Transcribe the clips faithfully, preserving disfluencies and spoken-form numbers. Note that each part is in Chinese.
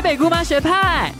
台北姑妈学派。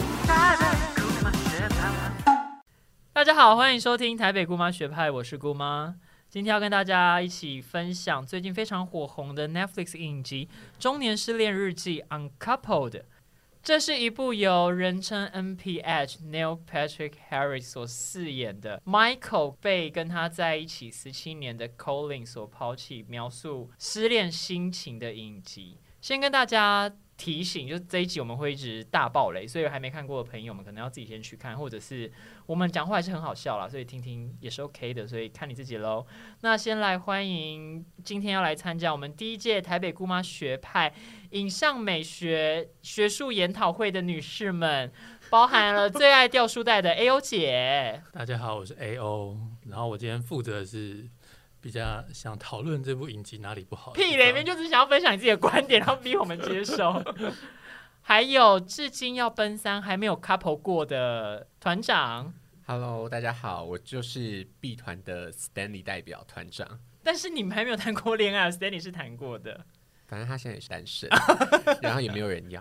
大家好，欢迎收听台北姑妈学派，我是姑妈。今天要跟大家一起分享最近非常火红的 Netflix 影集《中年失恋日记》Uncoupled。这是一部由人称 N P H Neil Patrick Harris 所饰演的 Michael 被跟他在一起十七年的 Colin 所抛弃，描述失恋心情的影集。先跟大家提醒，就这一集我们会一直大爆雷，所以还没看过的朋友们可能要自己先去看，或者是我们讲话还是很好笑啦，所以听听也是 OK 的，所以看你自己咯。那先来欢迎今天要来参加我们第一届台北姑妈学派影像美学学术研讨会的女士们，包含了最爱掉书袋的 A O 姐。 大家好，我是 A O， 然后我今天负责的是比较想讨论这部影集哪里不好。 屁嘞，明就只想要分享你自己的观点，然后逼我们接受。还有至今要奔三还没有 couple 过的团长。 Hello， 大家好，我就是 B 团的 Stanley 代表团长。 但是你们还没有谈过恋爱 ，Stanley 是谈过的。 反正他现在也是单身，然后也没有人要。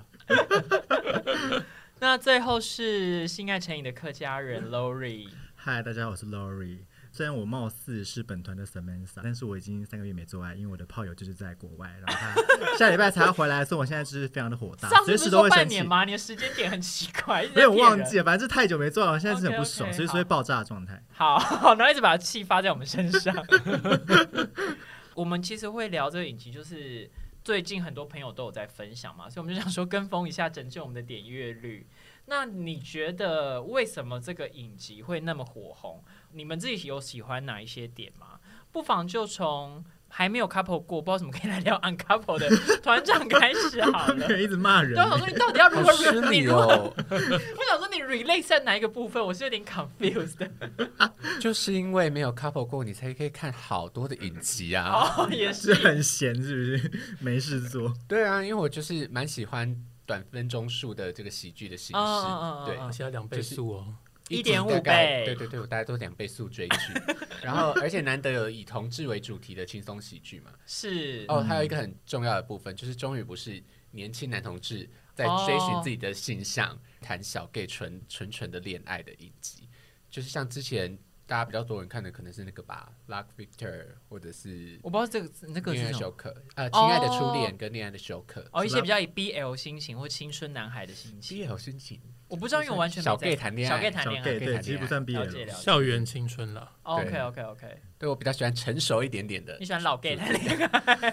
那最后是性爱成瘾的客家人 Lori。 嗨，大家好，我是 Lori。虽然我貌似是本团的 Samantha， 但是我已经三个月没做爱，因为我的炮友就是在国外，然后他下礼拜才要回来，所以我现在就是非常的火大， 上次不是说半随时都会生气。 年吗？你的时间点很奇怪， 没有忘记了，反正就太久没做了，我现在是很不爽， okay, okay, 随时会爆炸的状态。 好，好，然后一直把气发在我们身上。我们其实会聊这个影集，就是最近很多朋友都有在分享嘛，所以我们就想说跟风一下，拯救我们的点阅率。那你觉得为什么这个影集会那么火红？你们自己有喜欢哪一些点吗？不妨就从还没有 couple 过，不知道怎么可以来聊 uncouple 的团长开始好了。 一直骂人， 对，我想说你到底要如何 relate 哦？ 我想说你 relate 在哪一个部分？我是有点 confused 的。 就是因为没有 couple 过，你才可以看好多的影集啊。 哦，也是， 是很闲，是不是？没事做。 对啊，因为我就是蛮喜欢短分钟数的这个喜剧的形式， 哦哦哦哦对， 而且要两倍速哦， 一点五倍， 倍， 对对对，我大家都两倍速追剧，然后而且难得有以同志为主题的轻松喜剧嘛， 是哦，还有一个很重要的部分，就是终于不是年轻男同志在追寻自己的形象，谈、哦、小 gay 纯纯纯的恋爱的影集，就是像之前大家比较多人看的可能是那个吧 ，Luck Victor 或者是我不知道这个那个是恋爱休克，呃，亲爱的初恋跟恋爱的休克， 哦，一些比较以 B L 心情或青春男孩的心情 ，B L 心情。 我不知道，因为我完全没小 gay 谈恋爱， 小 gay 谈恋爱， 对，其实不算 B L， 校园青春啦。 Oh, OK OK OK， 对我比较喜欢成熟一点点的。 你喜欢老 gay 谈恋爱？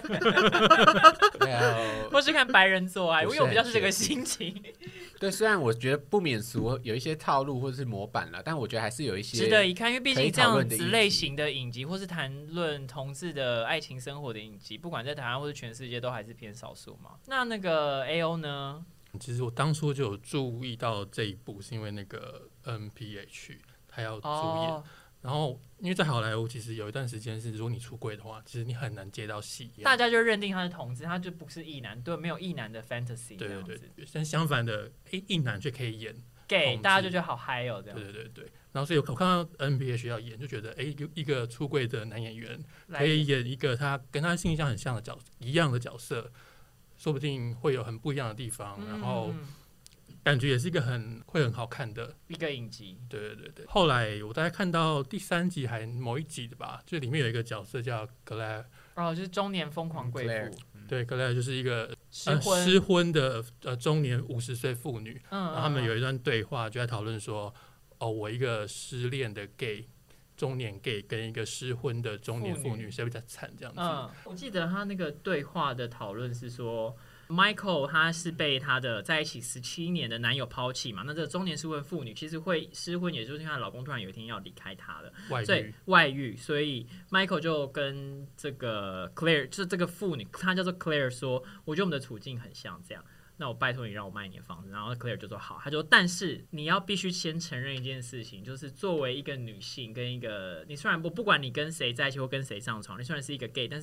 或是看白人做爱？因为我比较是这个心情。 对，虽然我觉得不免俗，有一些套路或者是模板了，但我觉得还是有一些值得一看，因为毕竟这样子类型的影集，或是谈论同志的爱情生活的影集，不管在台湾或是全世界，都还是偏少数嘛。那那个 A O 呢？ 其实我当初就有注意到这一部，是因为那个 N P H 他要主演，哦、然后因为在好莱坞其实有一段时间是，如果你出柜的话，其实你很难接到戏， 大家就认定他是同志，他就不是异男，对，没有异男的 fantasy， 对对对对。但相反的，哎，异男却可以演 gay， 大家就觉得好嗨哦，这样。 对对对对。然后所以我看到 N P H 要演，就觉得哎，一个出柜的男演员可以演一个他跟他性向很像的角一样的角色。说不定会有很不一样的地方，嗯、然后感觉也是一个很会很好看的一个影集。 对对对对。后来我大概看到第三集还某一集的吧，就里面有一个角色叫 Claire， 哦，就是中年疯狂贵妇。 嗯、对 ，Claire 就是一个失婚、 呃、失婚的呃中年五十岁妇女。 嗯， 然后他们有一段对话，就在讨论说，哦，我一个失恋的 gay。中年 gay 跟一个失婚的中年妇女谁比较惨这样子、 嗯？我记得他那个对话的讨论是说 ，Michael 他是被他的在一起十七年的男友抛弃嘛？那这个中年失婚妇女其实会失婚，也就是因为她老公突然有一天要离开她了， 外遇， 所以外遇，所以 Michael 就跟这个 Claire， 就是这个妇女，她叫做 Claire 说，我觉得我们的处境很像这样。那我拜托你让我卖你的房子，然后 Claire 就说好，他说但是你要必须先承认一件事情，就是作为一个女性跟一个你虽然我不管你跟谁在一起或跟谁上床，你虽然是一个 gay， 但是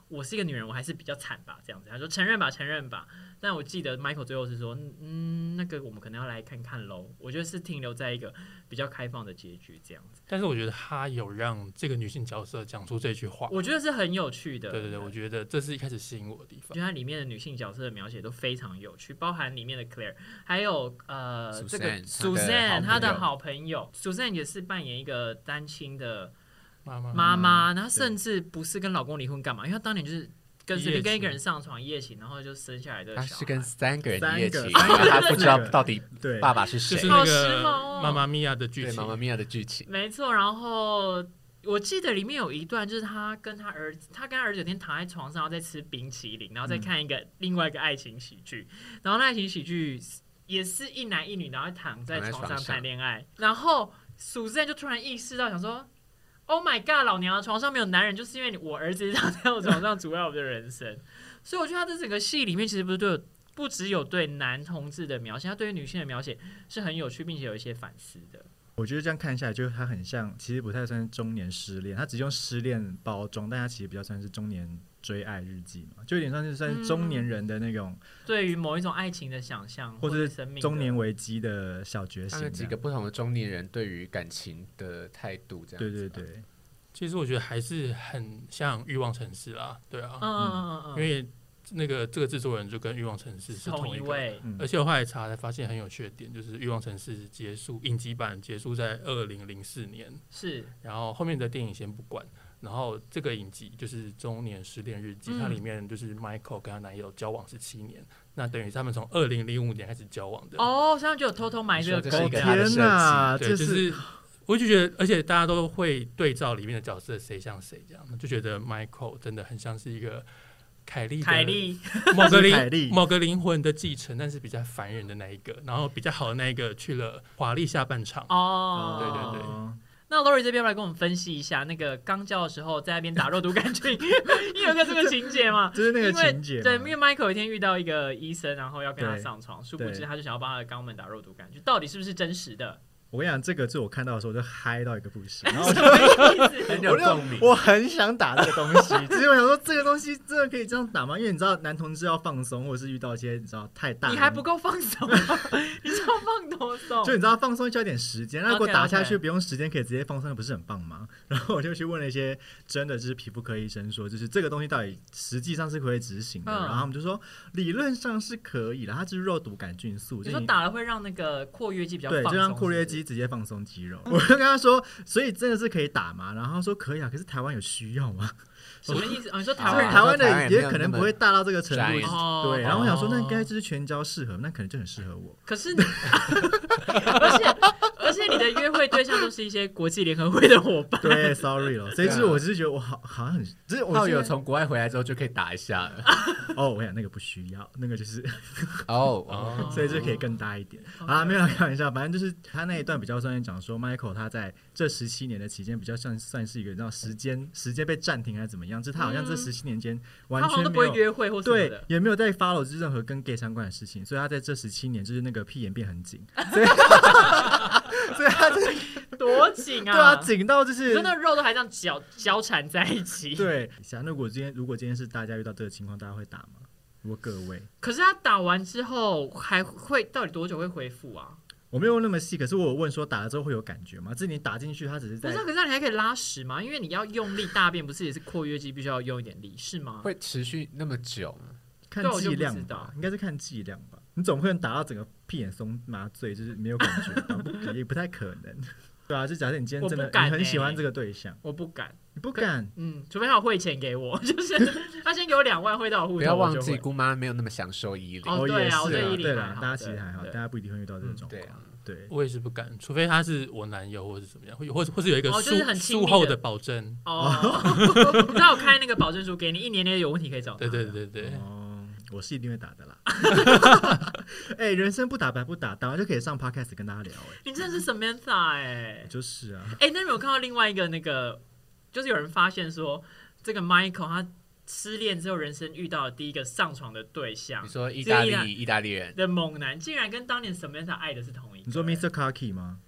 我是一个女人，我还是比较惨吧，这样子。他说承认吧，承认吧。但我记得 Michael 最后是说，嗯，那个我们可能要来看看喽。我觉得是停留在一个比较开放的结局这样子。 但是我觉得他有让这个女性角色讲出这句话， 我觉得是很有趣的。 对对对，我觉得这是一开始吸引我的地方。 我觉得它里面的女性角色的描写都非常有趣，包含里面的 Claire， 还有呃 Suzanne， 这个 Suzanne 她的好朋友 Suzanne 也是扮演一个单亲的妈妈妈妈，然后甚至不是跟老公离婚干嘛？因为她当年就是跟随便跟一个人上床一夜情，然后就生下来的小孩。 他是跟三个人一夜情， 三个他不知道到底对爸爸是谁， 就是那好时个髦哦妈妈咪呀的剧情， 对妈妈咪呀的剧情。 没错，然后我记得里面有一段，就是他跟他儿子，他跟他儿子有天躺在床上，然后在吃冰淇淋，然后再看一个、嗯、另外一个爱情喜剧，然后那爱情喜剧也是一男一女，然后躺在床上谈恋爱，然后苏珊就突然意识到，想说 ，Oh my god， 老娘的床上没有男人，就是因为我儿子躺在我床上阻碍我的人生。所以我觉得他在整个戏里面，其实不是对，不只有对男同志的描写，他对于女性的描写是很有趣，并且有一些反思的。 我觉得这样看下来，就是他很像，其实不太算是中年失恋，他只用失恋包装，但他其实比较算是中年追爱日记嘛，就有点像是算是中年人的那种、嗯、 对于某一种爱情的想象，或者是中年危机的小觉醒， 几个不同的中年人对于感情的态度，这样子。 对对对， 其实我觉得还是很像欲望城市啦，对啊， 嗯嗯嗯嗯， 因为那个这个制作人就跟欲望城市是同一个， 同一位而且我后来查才发现很有趣的点，就是欲望城市结束影集版结束在二零零四年， 是， 然后后面的电影先不管，然后这个影集就是中年失恋日记、嗯，它里面就是 Michael 跟她男友交往十七年，那等于他们从二零零五年开始交往的。 哦，这样就有偷偷埋这个梗， 天哪， 对，就是我就觉得，而且大家都会对照里面的角色谁像谁，这样就觉得 Michael 真的很像是一个。凯莉， 凯莉， 某个灵某个灵魂的继承，但是比较烦人的那一个，然后比较好的那一个去了华丽下半场。 哦， 对对对。 那 Lori 这边来跟我们分析一下，那个刚交的时候在那边打肉毒杆菌，你有个这个情节吗？ 就是那个情节。 对，因为 Michael 有一天遇到一个医生，然后要跟他上床，殊不知他就想要帮他的肛门打肉毒杆菌，到底是不是真实的？ 我跟你讲，这个是我看到的时候我就嗨到一个不行，然后我就很有共鸣， 我很想打这个东西。其实我想说，这个东西真的可以这样打吗？因为你知道，男同志要放松，或者是遇到一些你知道太大， 你还不够放松，你知道放多松？ 就你知道放松需要一点时间，那如果打下去 okay, okay. 不用时间可以直接放松，不是很棒吗？然后我就去问了一些真的就是皮肤科医生说，就是这个东西到底实际上是可以执行的，嗯、然后他们就说理论上是可以的，它就是肉毒杆菌素。 你说打了会让那个括约肌比较放松， 对，就让括约肌直接放松肌肉。我就跟他说，所以真的是可以打吗？然后他说可以啊，可是台湾有需要吗？ 什么意思？哦、你说台湾台湾的也可能不会大到这个程度， 哦、 对。然后我想说，那应该就是全交适合，那可能就很适合我。 可是你，而且而且你的约会对象都是一些国际联合会的伙伴。 对 ，sorry 了。所以就是我只是觉得我好好像很，就是我炮友从国外回来之后就可以打一下了。 哦，我想那个不需要，那个就是哦哦， 所以就可以更大一点。好啦，没有开玩笑，反正就是他那一段比较算是讲说 ，Michael 他在这十七年的期间比较像算是一个让时间时间被暂停还是怎么样，就是他好像这十七年间完全没有、嗯、 都不会约会或什么的， 对，也没有在 follow 就是任何跟 gay 相关的事情，所以他在这十七年就是那个屁眼变很紧，所以所以他就是多紧啊， 对啊，紧到就是真的肉都还这样交交缠在一起。 对，想如果今天如果今天是大家遇到这个情况，大家会打吗？如果各位， 可是他打完之后还会到底多久会恢复啊？ 我没有问那么细，可是我有问说打了之后会有感觉吗？这你打进去，它只是在。 不是，可是你还可以拉屎吗？因为你要用力大便，不是也是括约肌必须要用一点力，是吗？ 会持续那么久吗？ 看剂量吧，应该是看剂量吧。你总不可能打到整个屁眼松麻醉，就是没有感觉到，不也不太可能。对啊，就假设你今天真的、欸、你很喜欢这个对象， 我不敢， 你不敢， 嗯，除非他有汇钱给我，就是他先给我两万汇到我户头， 不要忘记姑妈没有那么享受依林。 哦，对啊，我对依林对啦，大家其实还好，大家不一定会遇到这个状况。对啊，对， 我也是不敢，除非他是我男友或者怎么样，或者或是有一个术、 哦就是、 术后的保证。 哦，他有开那个保证书给你，一年内有问题可以找他。 对对对对。 哦，我是一定会打的啦。哎、欸，人生不打白不打，打完就可以上 podcast 跟大家聊、欸。哎， 你真的是 Samantha 哎、欸， 就是啊。 哎、欸，那你有看到另外一个那个，就是有人发现说，这个 Michael 他失恋之后，人生遇到的第一个上床的对象， 你说意大利意大利人的猛男，竟然跟当年 Samantha 爱的是同一个。 你说 mister Kaki 吗？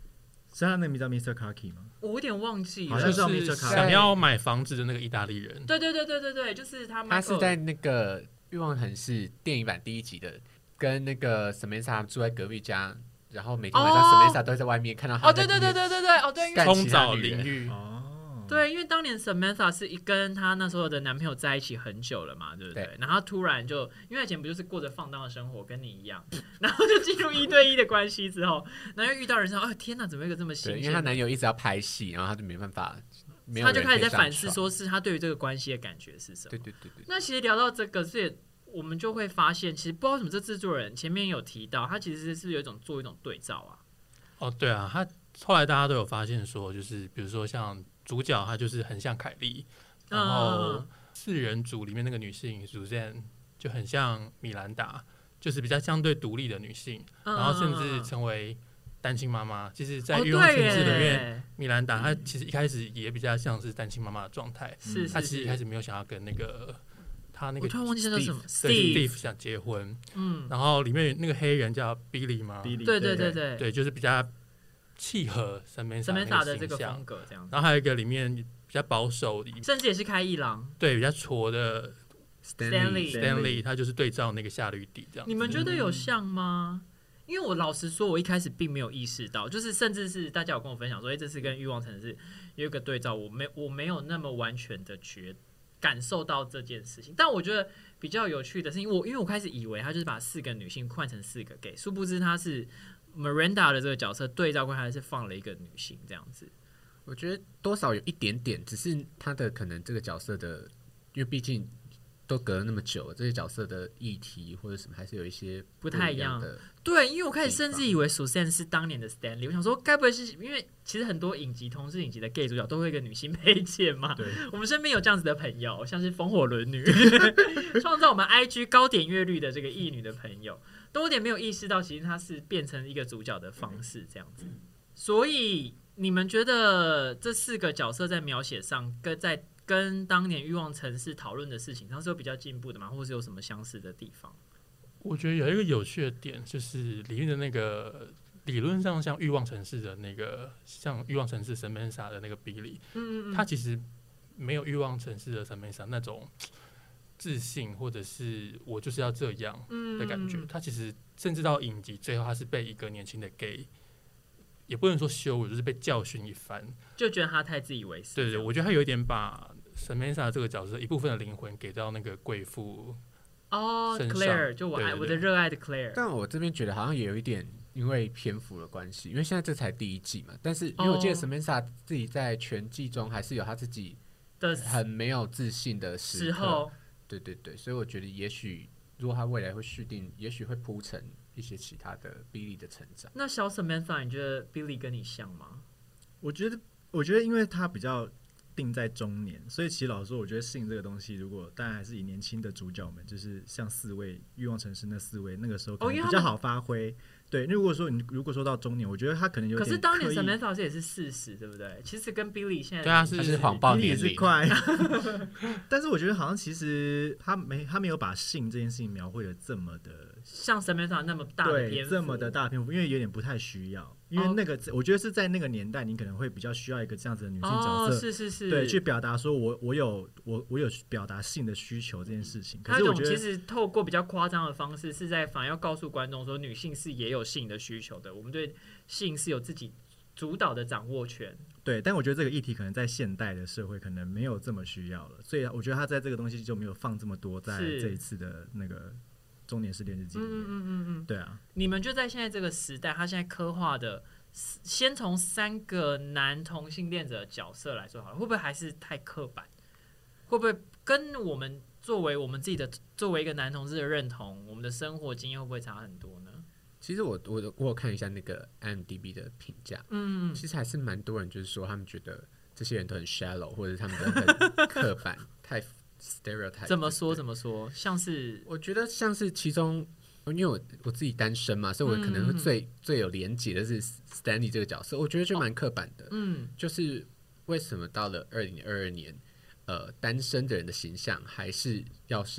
是他那个名叫 mister Kaki 吗？ 我有点忘记了， 好像是叫就 mister 是 Kaki 想要买房子的那个意大利人。 对对对对对对，就是他。 他是在那个《欲望城市》电影版第一集的，跟那个 Samantha 住在隔壁家，然后每天晚上 Samantha 都会在外面看到他。 哦，对对对对对对，哦对， 冲澡淋浴。 哦， 对，因为当年 Samantha 是一跟她那时候的男朋友在一起很久了嘛，对不对？对，然后突然就，因为以前不就是过着放荡的生活，跟你一样，然后就进入一对一的关系之后，然后又遇到人说，哦天哪，怎么有一个这么新鲜？ 因为她男友一直要拍戏，然后她就没办法，没有她就开始在反思， 说是她对于这个关系的感觉是什么？ 对对对对。 那其实聊到这个，是我们就会发现，其实不知道为什么这制作人前面有提到，他其实是有一种做一种对照啊。 哦，对啊，他后来大家都有发现说，就是比如说像主角，他就是很像凯莉，然后四人组里面那个女性 Suzanne 就很像米兰达，就是比较相对独立的女性， 嗯、 然后甚至成为单亲妈妈。其实，在《欲望城市》里面，米兰达她其实一开始也比较像是单亲妈妈的状态， 是她其实一开始没有想要跟那个他那个， 我突然忘记叫什么 ，Steve 想结婚，嗯，然后里面那个黑人叫 Billy 吗？ 对对对对对， 对，就是比较契合神美萨的这个风格这样子。 然后还有一个里面比较保守， 甚至也是开一郎， 对，比较矬的 Stanley Stanley， 他就是对照那个夏绿蒂这样。 你们觉得有像吗？因为我老实说，我一开始并没有意识到，就是甚至是大家有跟我分享说，哎，这次跟欲望城市有一个对照，我没我没有那么完全的觉感受到这件事情。但我觉得比较有趣的是，因为我因为我开始以为他就是把四个女性换成四个 gay， 殊不知他是 Miranda 的这个角色对照过来是放了一个女性这样子。 我觉得多少有一点点，只是他的可能这个角色的，因为毕竟都隔了那么久，这些角色的议题或者什么还是有一些不太一样的。 对，因为我开始甚至以为 Suzanne 是当年的 Stanley， 我想说，该不会是因为其实很多影集、同志影集的 gay 主角都会有一个女性配件嘛？ 对， 我们身边有这样子的朋友，像是风火轮女，创造我们 I G 高点阅率的这个异女的朋友，都有点没有意识到，其实她是变成一个主角的方式这样子。所以你们觉得这四个角色在描写上，跟在跟当年欲望城市讨论的事情上是有比较进步的吗？或是有什么相似的地方？ 我觉得有一个有趣的点，就是里面的那个理论上像欲望城市的那个，像欲望城市神门莎的那个比利，嗯嗯，他其实没有欲望城市的神门莎那种自信，或者是我就是要这样的感觉。嗯、他其实甚至到影集最后，他是被一个年轻的 gay， 也不能说羞辱，就是被教训一番， 就觉得他太自以为是。 对对，我觉得他有一点把神门莎这个角色一部分的灵魂给到那个贵妇。 哦、oh, ，Claire， 就我爱对对对我的热爱的 Claire。 但我这边觉得好像也有一点因为篇幅的关系，因为现在这才第一季嘛。但是因为我记得 Samantha 自己在全季中还是有他自己很没有自信的时刻。对对对，所以我觉得也许如果他未来会续订，也许会铺成一些其他的 Billy 的成长。 那小 Samantha， 你觉得 Billy 跟你像吗？ 我觉得，我觉得因为他比较。定在中年，所以其实老实说，我觉得性这个东西，如果当然还是以年轻的主角们，就是像四位欲望城市那四位，那个时候可能比较好发挥。哦、对，如果说你如果说到中年，我觉得他可能有点。 可是当年 Samantha 也是四十，对不对？其实跟 Billy 现在对啊， 是是谎报年龄是快，但是我觉得好像其实他没他没有把性这件事情描绘的这么的像 Samantha 那么大的篇幅， 这么的大篇幅，因为有点不太需要。因为那个， oh. 我觉得是在那个年代，你可能会比较需要一个这样子的女性角色， oh, 是是是， 对，去表达说我我有我我有表达性的需求这件事情。可是我觉得其实透过比较夸张的方式，是在反而要告诉观众说，女性是也有性的需求的，我们对性是有自己主导的掌握权。 对，但我觉得这个议题可能在现代的社会可能没有这么需要了，所以我觉得他在这个东西就没有放这么多在这一次的那个。中年失恋日记里面，嗯嗯嗯嗯，对啊， 你们就在现在这个时代，他现在刻画的，先从三个男同性恋者的角色来说好了，会不会还是太刻板？会不会跟我们作为我们自己的作为一个男同志的认同，我们的生活经验会不会差很多呢？ 其实我我我有看一下那个 I M D B 的评价，嗯，其实还是蛮多人就是说他们觉得这些人都很 shallow， 或者他们都很刻板，太。stereotype 怎么说怎么说？像是我觉得像是其中，因为我我自己单身嘛，所以我可能会最、嗯、最有连结的是 Stanley 这个角色，我觉得就蛮刻板的。嗯，就是为什么到了二零二二年，呃，单身的人的形象还是要是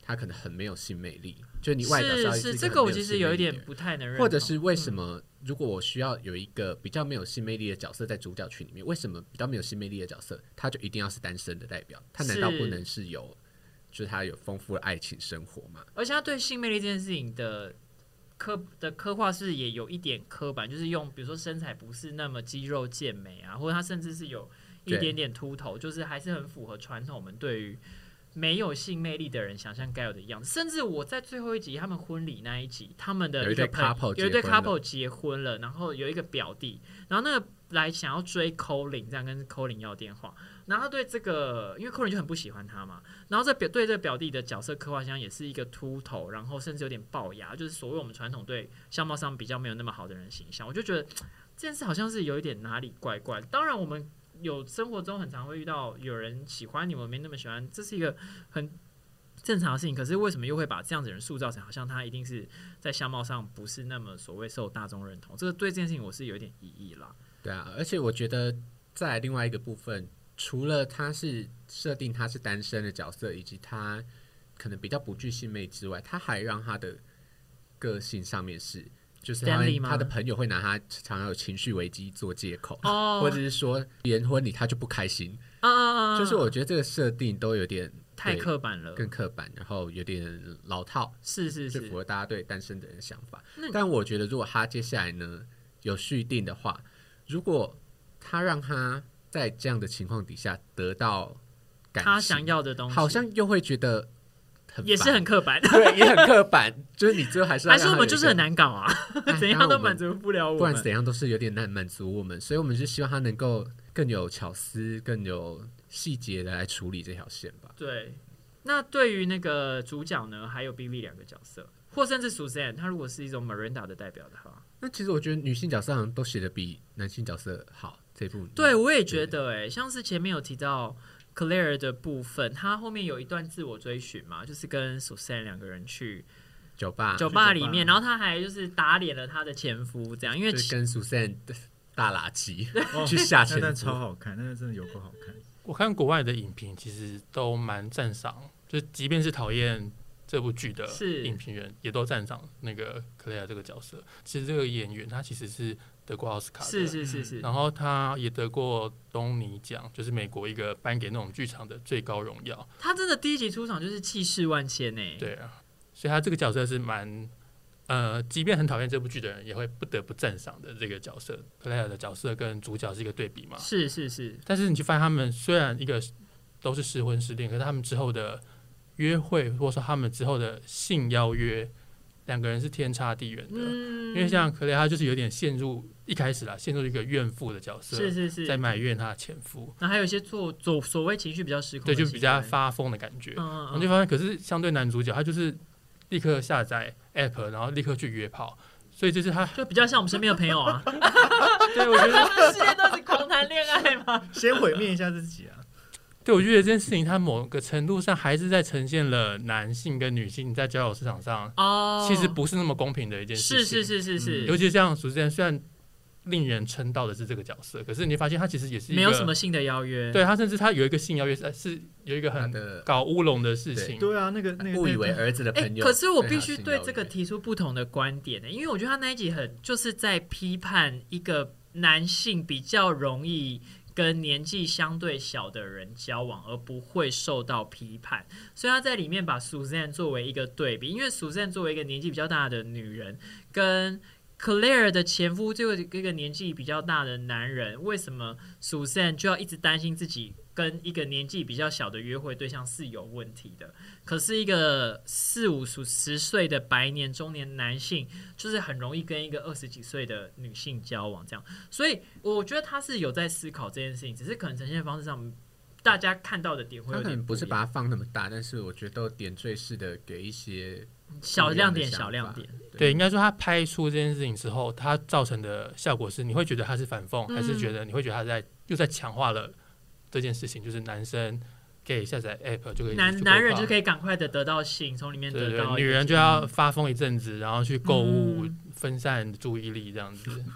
他可能很没有性魅力，就你外表上是是这个我其实有一点不太能认同， 或者是为什么、嗯、如果我需要有一个比较没有性魅力的角色在主角群里面，为什么比较没有性魅力的角色他就一定要是单身的代表？他难道不能是有就是他有丰富的爱情生活吗？ 而且他对性魅力这件事情的刻的刻画是也有一点刻板，就是用比如说身材不是那么肌肉健美啊，或者他甚至是有一点点秃头，就是还是很符合传统我们对于没有性魅力的人想象该有的样子。甚至我在最后一集他们婚礼那一集，他们的有一对 couple 有一对 couple 结婚了，然后有一个表弟，然后那个来想要追 Colin， 这样跟 Colin 要电话，然后他对这个，因为 Colin 就很不喜欢他嘛，然后这表对这个表弟的角色刻画，像也是一个秃头，然后甚至有点龅牙，就是所谓我们传统对相貌上比较没有那么好的人形象。我就觉得这件事好像是有一点哪里怪怪。当然我们有生活中很常会遇到有人喜欢你，我没那么喜欢，这是一个很正常的事情。可是为什么又会把这样子的人塑造成好像他一定是在相貌上不是那么所谓受大众认同？这个对这件事情我是有点疑义啦。 对啊，而且我觉得在另外一个部分，除了他是设定他是单身的角色，以及他可能比较不具性魅之外，他还让他的个性上面是。就是他, 他的朋友会拿他常常有情绪危机做借口，哦、或者是说别人婚礼他就不开心，啊、就是我觉得这个设定都有点太刻板了， 更刻板，然后有点老套， 是是是， 就符合大家对单身的人的想法。但我觉得如果他接下来呢有续订的话，如果他让他在这样的情况底下得到感情他想要的东西， 好像又会觉得。 也是很刻板， 对，也很刻板，就是你最后还是要还是我们就是很难搞啊，怎样都满足不了我们， 不然怎样都是有点难满足我们，所以我们就希望他能够更有巧思、更有细节的来处理这条线吧。 对，那对于那个主角呢，还有 Billy 两个角色，或甚至 Suzanne， 他如果是一种 Miranda 的代表的话， 那其实我觉得女性角色好像都写的比男性角色好。这部对我也觉得、欸，哎，像是前面有提到。Claire 的部分，他后面有一段自我追寻嘛，就是跟 Suzanne 两个人去酒吧， 酒吧里面，然后他还就是打脸了他的前夫，这样，因为跟 Suzanne 大垃圾去下前夫， 那超好看，那真的有够好看。 我看国外的影评其实都蛮赞赏，就是即便是讨厌这部剧的影评人，也都赞赏那个 Claire 这个角色。其实这个演员他其实是。得过奥斯卡的， 是是是是， 然后他也得过东尼奖，就是美国一个颁给那种剧场的最高荣耀。 他真的第一集出场就是气势万千呢。 对啊，所以他这个角色是蛮呃，即便很讨厌这部剧的人，也会不得不赞赏的这个角色。Claire 的角色跟主角是一个对比嘛， 是是是。 但是你就发现他们虽然一个都是失婚失恋，可是他们之后的约会，或者说他们之后的性邀约。两个人是天差地远的，嗯、因为像克雷，他就是有点陷入一开始啦，陷入一个怨妇的角色， 是是是， 在埋怨他的前夫。 那还有一些做所所谓情绪比较失控的， 对，就比较发疯的感觉。嗯嗯嗯，就发现，可是相对男主角，他就是立刻下载 app， 然后立刻去约炮，所以这是他就比较像我们身边的朋友啊。对，我觉得他们世界都是狂谈恋爱吗？ 先毁灭一下自己啊。 对，我觉得这件事情，它某个程度上还是在呈现了男性跟女性在交友市场上，哦，其实不是那么公平的一件事情。 是是是是是， 嗯、尤其像苏珊，虽然令人称道的是这个角色，可是你发现他其实也是一个没有什么性的邀约。 对他，甚至他有一个性邀约是是有一个很搞乌龙的事情。 对啊，那个那个误以为儿子的朋友。 可是我必须对这个提出不同的观点呢，因为我觉得他那一集很就是在批判一个男性比较容易。跟年纪相对小的人交往，而不会受到批判，所以他在里面把 Suzanne 作为一个对比，因为 Suzanne 作为一个年纪比较大的女人，跟 Claire 的前夫这个一个年纪比较大的男人，为什么 Suzanne 就要一直担心自己跟一个年纪比较小的约会对象是有问题的？可是一个四五十岁的白年中年男性，就是很容易跟一个二十几岁的女性交往，这样。所以我觉得他是有在思考这件事情，只是可能呈现的方式上，大家看到的点会有点不一样。 他可能不是把它放那么大，但是我觉得都点缀式的给一些小亮点，小亮点。 对，对应该说他拍出这件事情之后，他造成的效果是，你会觉得他是反讽，嗯、还是觉得你会觉得他在又在强化了这件事情，就是男生。可以下载 app 就可以男男人就可以赶快的得到性，从里面得到。 对对对，女人就要发疯一阵子，然后去购物，嗯、分散注意力这样子。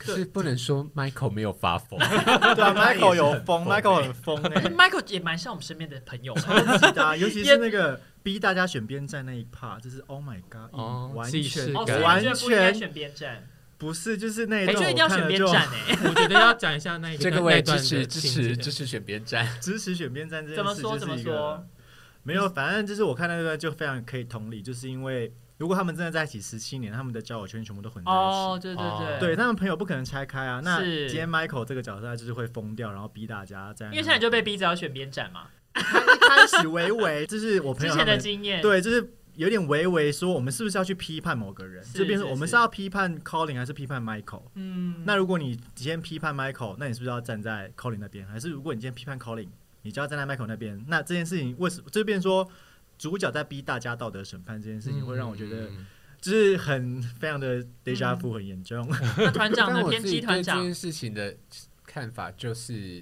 可是不能说 Michael 没有发疯， 对啊，Michael 有疯，Michael 很疯哎、欸、 ，Michael 也蛮像我们身边的朋友， 超级的、啊，尤其是那个逼大家选边站那一 part， 就是 Oh my God，、 哦、 完全、 哦、 完全选边站。 不是，就是那一段我看了就，欸、一定要选边站哎、 欸！我觉得要讲一下那一这个位支持支持支持选边站， 支持选边站这件事怎么说怎么说？ 没有，反正就是我看那段就非常可以同理，就是因为如果他们真的在一起十七年，他们的交友圈全部都混在一起， 哦，对对对， 对他们朋友不可能拆开啊。那今天 Michael 这个角色他就是会疯掉，然后逼大家在， 因为现在就被逼着要选边站嘛。 他一开始微微就是我朋友之前的经验， 对，就是。有点微微说，我们是不是要去批判某个人？这边是我们是要批判 Colin 还是批判 Michael？ 嗯，那如果你今天批判 Michael， 那你是不是要站在 Colin 那边？还是如果你今天批判 Colin， 你就要站在 Michael 那边？那这件事情为什么这边说主角在逼大家道德审判这件事情，会让我觉得就是很非常的 déjà vu 很严重。 那团长呢？偏激团长这件事情的看法就是。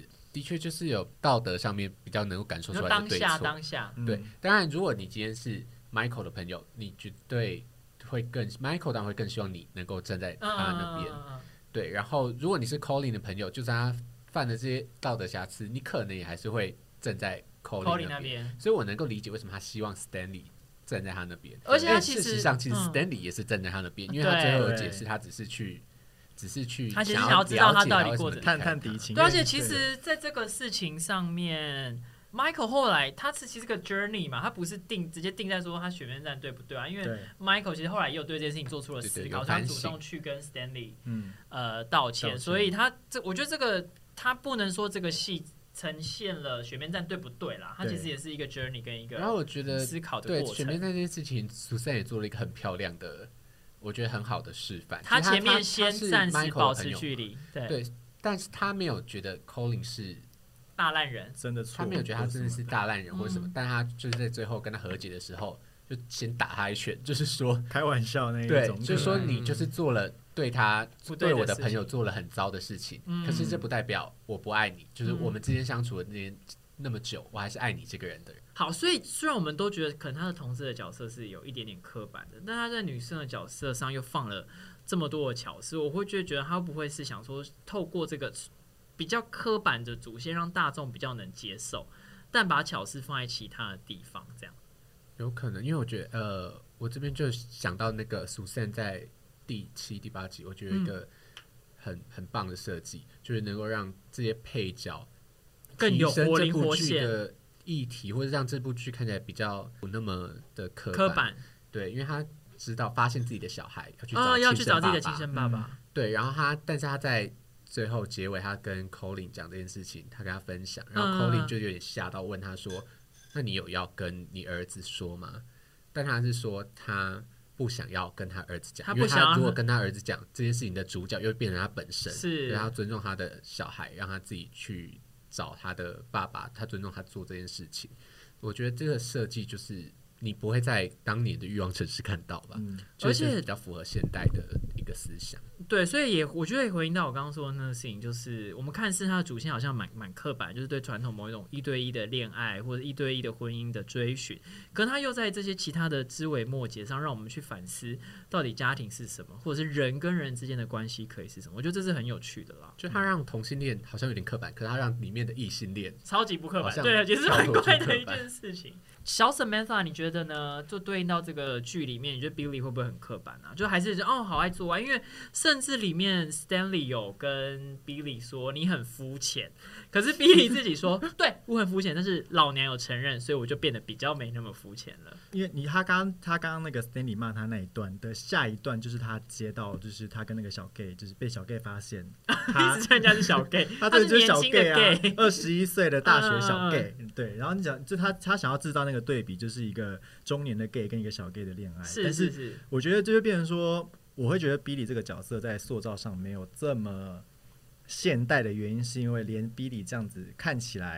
的确就是有道德上面比较能够感受出来的对错， 当下当下对。嗯、当然，如果你今天是 Michael 的朋友，你绝对会更 Michael 当然会更希望你能够站在他那边，嗯、对。然后，如果你是 Colin 的朋友，就算他犯了这些道德瑕疵，你可能也还是会站在 Colin 那边。所以我能够理解为什么他希望 Stanley 站在他那边， 而且他其实事实上其实 Stanley 也是站在他那边，嗯、因为他最后有解释，他只是去。只是去他其实想要知道他到底过程，探探敌情。 对，而且其实在这个事情上面 ，Michael 后来他是其实个 journey 嘛，他不是定直接定在说他选边站对不对啊？因为 Michael 其实后来也有对这件事情做出了思考，他主动去跟 Stanley 嗯呃道歉，所以他这我觉得这个他不能说这个戏呈现了选边站对不对啦，他其实也是一个 journey 跟一个然后我觉得思考的过程。 对选边站这件事情 ，Susan 也做了一个很漂亮的。我觉得很好的示范。 他前面先暂时保持距离，对， 对，但是他没有觉得 Colin 是大烂人， 真的错， 他没有觉得他真的是大烂人或者什么，嗯、但他就是在最后跟他和解的时候，就先打他一拳，就是说开玩笑那一种， 对，就是说你就是做了对他、 嗯、 对我的朋友做了很糟的事情，嗯、可是这不代表我不爱你，就是我们之间相处的那些那么久，我还是爱你这个人的人。 好，所以虽然我们都觉得可能他的同志的角色是有一点点刻板的，但他在女生的角色上又放了这么多的巧思，我会觉得他不会是想说透过这个比较刻板的主线让大众比较能接受，但把巧思放在其他的地方，这样有可能，因为我觉得呃，我这边就想到那个 Susan 在第七、第八集，我觉得有一个很、嗯、很棒的设计，就是能够让这些配角更有活灵活现的议题，或者让这部剧看起来比较不那么的刻 板, 刻板对，因为他知道发现自己的小孩要去找、哦、 要去找自己的亲生爸爸、 嗯、对，然后他但是他在最后结尾他跟 Colin 讲这件事情，他跟他分享，然后 Colin 就有点吓到问他说、嗯、那你有要跟你儿子说吗？但他是说他不想要跟他儿子讲，因为他如果跟他儿子讲这件事情的主角又变成他本身， 是所以他尊重他的小孩，让他自己去找他的爸爸，他尊重他做这件事情。我觉得这个设计就是你不会在当年的欲望城市看到吧、嗯、而且比较符合现代的一个思想。 对，所以也我觉得也回应到我刚刚说的那个事情，就是我们看似它的主线好像蛮蛮刻板，就是对传统某一种一对一的恋爱或者一对一的婚姻的追寻，可是它又在这些其他的枝微末节上让我们去反思到底家庭是什么，或者是人跟人之间的关系可以是什么。我觉得这是很有趣的啦， 就它让同性恋好像有点刻板，可是它让里面的异性恋超级不刻板，对，也是很怪的一件事情。小 Samantha 你觉得呢？就对应到这个剧里面，你觉得 Billy 会不会很刻板啊？就还是哦好爱做啊，因为甚至里面 Stanley 有跟 Billy 说你很肤浅，可是 Billy 自己说对我很肤浅，但是老娘有承认，所以我就变得比较没那么肤浅了。 因为你他刚他刚刚那个 Stanley 骂他那一段的下一段，就是他接到就是他跟那个小 gay 就是被小 gay 发现， 他一直人家是小 gay， 他对就是小 gay 啊，二十一岁的大学小 gay，、嗯、对，然后你讲就他他想要制造那个对比，就是一个中年的 gay 跟一个小 gay 的恋爱， 是但是是， 我觉得这就变成说，我会觉得 Billy 这个角色在塑造上没有这么现代的原因，是因为连 Billy 这样子看起来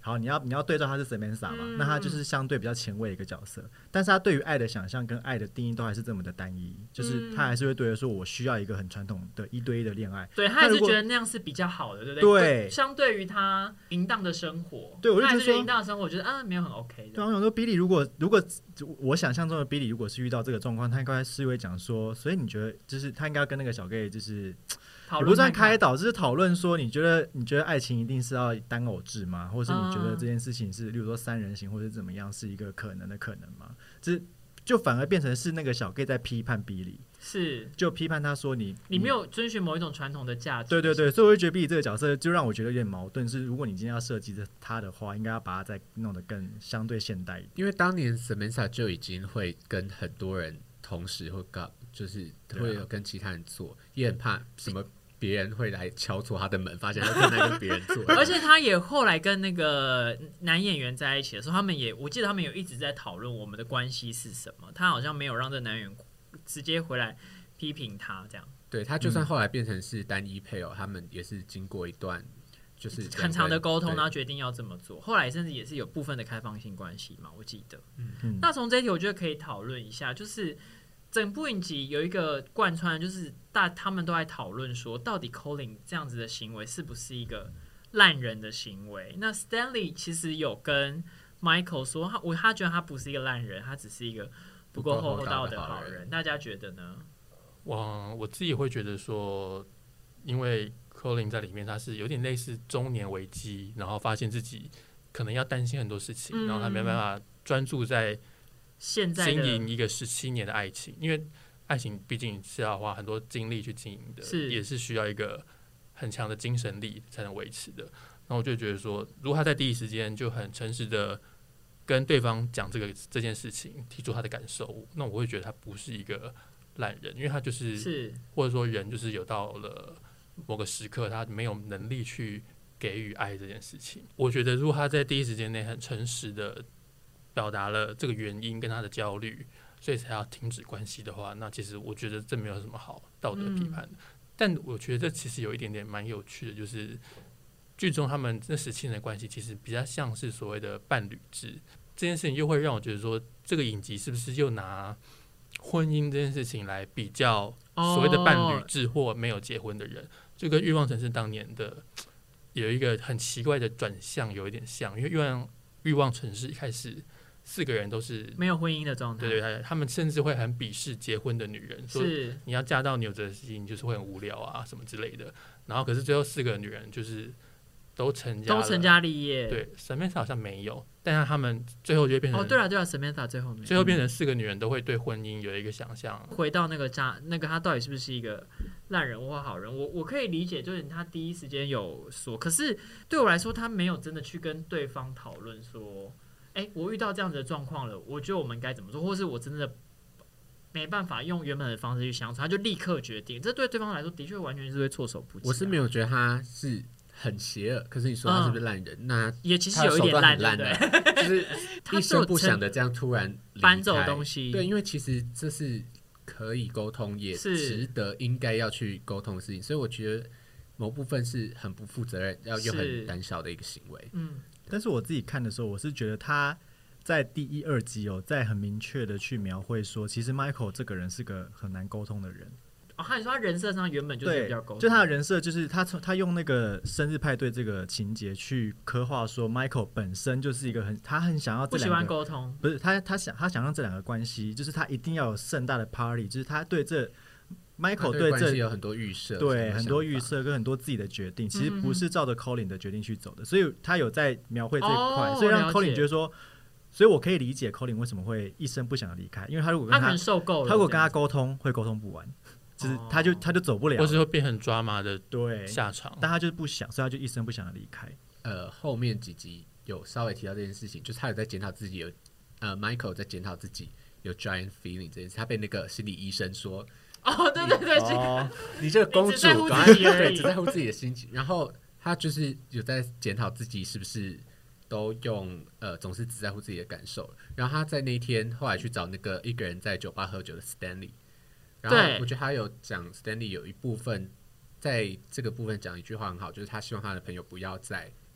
好，你要你要对照他是 Samantha 嘛、嗯，那他就是相对比较前卫的一个角色，但是他对于爱的想象跟爱的定义都还是这么的单一，就是他还是会对着说，我需要一个很传统的一对一的恋爱， 对他还是觉得那样是比较好的，对不对？ 对，相对于他淫荡的生活， 对，我就觉得说淫荡的生活，我觉得啊没有很 OK 的。 对，我想说 Billy 如果如果我想象中的 Billy 如果是遇到这个状况，他应该是会讲说，所以你觉得就是他应该要跟那个小 gay 就是。也不算开导，就是讨论说，你觉得你觉得爱情一定是要单偶制吗？或者是你觉得这件事情是，例如说三人行或者怎么样，是一个可能的可能吗？就是就反而变成是那个小 gay 在批判比利， 是就批判他说你你没有遵循某一种传统的价值。 对对对，所以我会觉得比利这个角色就让我觉得有点矛盾。是如果你今天要设计他的话，应该要把他再弄得更相对现代一点。 因为当年 Samantha 就已经会跟很多人同时会搞，就是会有跟其他人做，也很怕什么。别人会来敲错他的门，发现他正在跟别人做。 而且他也后来跟那个男演员在一起的时候，他们也我记得他们有一直在讨论我们的关系是什么。他好像没有让这男演员直接回来批评他这样。 对，他就算后来变成是单一配偶，嗯、他们也是经过一段就是很长的沟通，然后决定要这么做。后来甚至也是有部分的开放性关系嘛，我记得。嗯、那从这一题，我觉得可以讨论一下，就是。整部影集有一个贯穿，就是大他们都在讨论说，到底 Colin 这样子的行为是不是一个烂人的行为？那 Stanley 其实有跟 Michael 说，他我他觉得他不是一个烂人，他只是一个不够厚道的好人。大家觉得呢？ 我我自己会觉得说，因为 Colin 在里面，他是有点类似中年危机，然后发现自己可能要担心很多事情，嗯、然后他没办法专注在。 现在经营一个十七年的爱情，因为爱情毕竟是要花很多精力去经营的， 是也是需要一个很强的精神力才能维持的。那我就觉得说，如果他在第一时间就很诚实的跟对方讲这个这件事情，提出他的感受，那我会觉得他不是一个烂人，因为他就是， 是或者说人就是有到了某个时刻，他没有能力去给予爱这件事情。我觉得如果他在第一时间内很诚实的。表达了这个原因跟他的焦虑，所以才要停止关系的话，那其实我觉得这没有什么好道德批判的。嗯、但我觉得这其实有一点点蛮有趣的，就是剧中他们这十七年的关系其实比较像是所谓的伴侣制。这件事情又会让我觉得说，这个影集是不是又拿婚姻这件事情来比较所谓的伴侣制或没有结婚的人，哦、就跟《欲望城市》当年的有一个很奇怪的转向有一点像，因为《欲望欲望城市》一开始。四个人都是没有婚姻的状态， 对对，他们甚至会很鄙视结婚的女人，说你要嫁到纽泽西，你就是会很无聊啊什么之类的。然后可是最后四个女人就是都成家了， 都成家立业。 对 ，Samantha 好像没有，但是他们最后就会变成哦，对了对了 ，Samantha 最后没有， 最后变成四个女人都会对婚姻有一个想象。 回到那个渣，那个他到底是不是一个烂人或好人？我我可以理解，就是他第一时间有说，可是对我来说，他没有真的去跟对方讨论说。哎，我遇到这样子的状况了，我觉得我们该怎么做，或是我真的没办法用原本的方式去相处，他就立刻决定，这对对方来说的确完全是会措手不及、啊。 我是没有觉得他是很邪恶，可是你说他是不是烂人？嗯、那也其实有一点烂， 烂的，就是一声不响的这样突然搬走东西。 对，因为其实这是可以沟通，也值得应该要去沟通的事情，所以我觉得某部分是很不负责任，要又很胆小的一个行为。 嗯。 但是我自己看的时候，我是觉得他在第一、二集哦，在很明确的去描绘说，其实 Michael 这个人是个很难沟通的人。 哦，他说他人设上原本就是比较沟通， 就他的人设就是他他用那个生日派对这个情节去刻画说 ，Michael 本身就是一个很他很想要这两个不喜欢沟通， 不是他他想他想让这两个关系，就是他一定要有盛大的 party， 就是他对这。Michael 对这有很多预设， 对很多预设跟很多自己的决定，其实不是照着 Colin 的决定去走的，所以他有在描绘这一块， 哦、 所以让 Colin 觉得说，所以我可以理解 Colin 为什么会一声不响的离开，因为他如果跟他他受够了， 他如果跟他沟通会沟通不完，就是他就他就走不了， 或是会变很抓马的对下场， 但他就是不想，所以他就一声不响的离开。 呃，后面几集有稍微提到这件事情，就是他有在检讨自己有，呃 ，Michael 在检讨自己有 giant feeling 这件事，他被那个心理医生说。 哦，对对对， 哦，你这个公主，对，只在乎自己的心情。然后他就是有在检讨自己是不是都用呃，总是只在乎自己的感受。然后他在那一天后来去找那个一个人在酒吧喝酒的 Stanley， 然后我觉得他有讲 Stanley 有一部分在这个部分讲一句话很好，就是他希望他的朋友不要再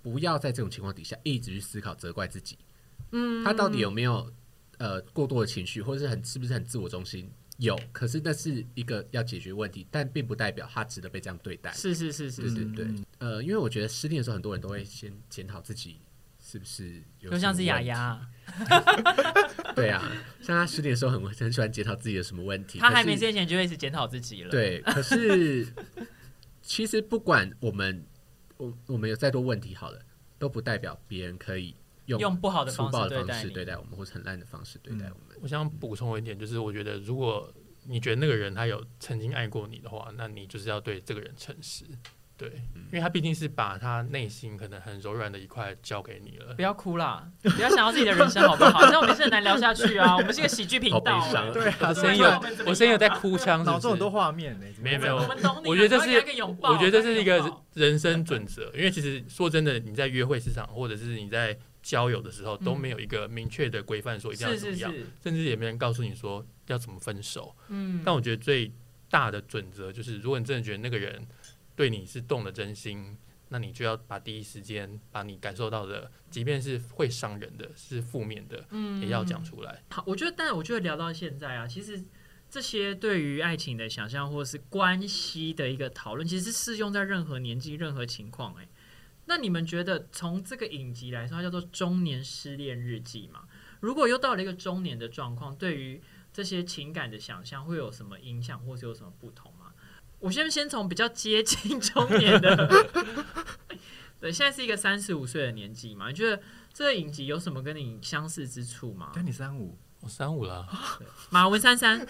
不要在这种情况底下一直去思考责怪自己，嗯，他到底有没有呃过多的情绪，或者是很是不是很自我中心？有，可是那是一个要解决问题，但并不代表他值得被这样对待。 是是是是， 对对对，呃，因为我觉得失恋的时候，很多人都会先检讨自己是不是有， 就像是雅雅， 对啊，像他失恋的时候很很喜欢检讨自己有什么问题， 他还没之前就会一直检讨自己了。 对，可是其实不管我们我我们有再多问题好了，都不代表别人可以用用不好的粗暴的方方式式对待我们，或是很烂的方式对待我们。 我想补充一点，就是我觉得如果你觉得那个人他有曾经爱过你的话，那你就是要对这个人诚实。对，因为他毕竟是把他内心可能很柔软的一块交给你了。 不要哭啦，不要想到自己的人生好不好？这样我们是很难聊下去啊。我们是个喜剧频道、欸， 好对啊， 我声音有，我声音有在哭腔， 脑中很多画面呢、欸。 没有没有， 我们懂你、啊。 我觉得这是， 我觉得这是一个人生准则。因为其实说真的，你在约会市场或者是你在交友的时候，都没有一个明确的规范说一定要怎么样， 是是是甚至也没人告诉你说要怎么分手。 嗯， 但我觉得最大的准则就是，如果你真的觉得那个人对你是动了真心，那你就要把第一时间把你感受到的，即便是会伤人的、是负面的，嗯、也要讲出来。 好，我觉得，但我觉得聊到现在啊，其实这些对于爱情的想象或是关系的一个讨论，其实是适用在任何年纪、任何情况。哎，那你们觉得从这个影集来说，它叫做《中年失恋日记》嘛？如果又到了一个中年的状况，对于这些情感的想象会有什么影响，或是有什么不同吗？我先先从比较接近中年的，对，现在是一个三十五岁的年纪嘛？你觉得这个影集有什么跟你相似之处吗？ 对，你三五， 我三五了， 马文三三，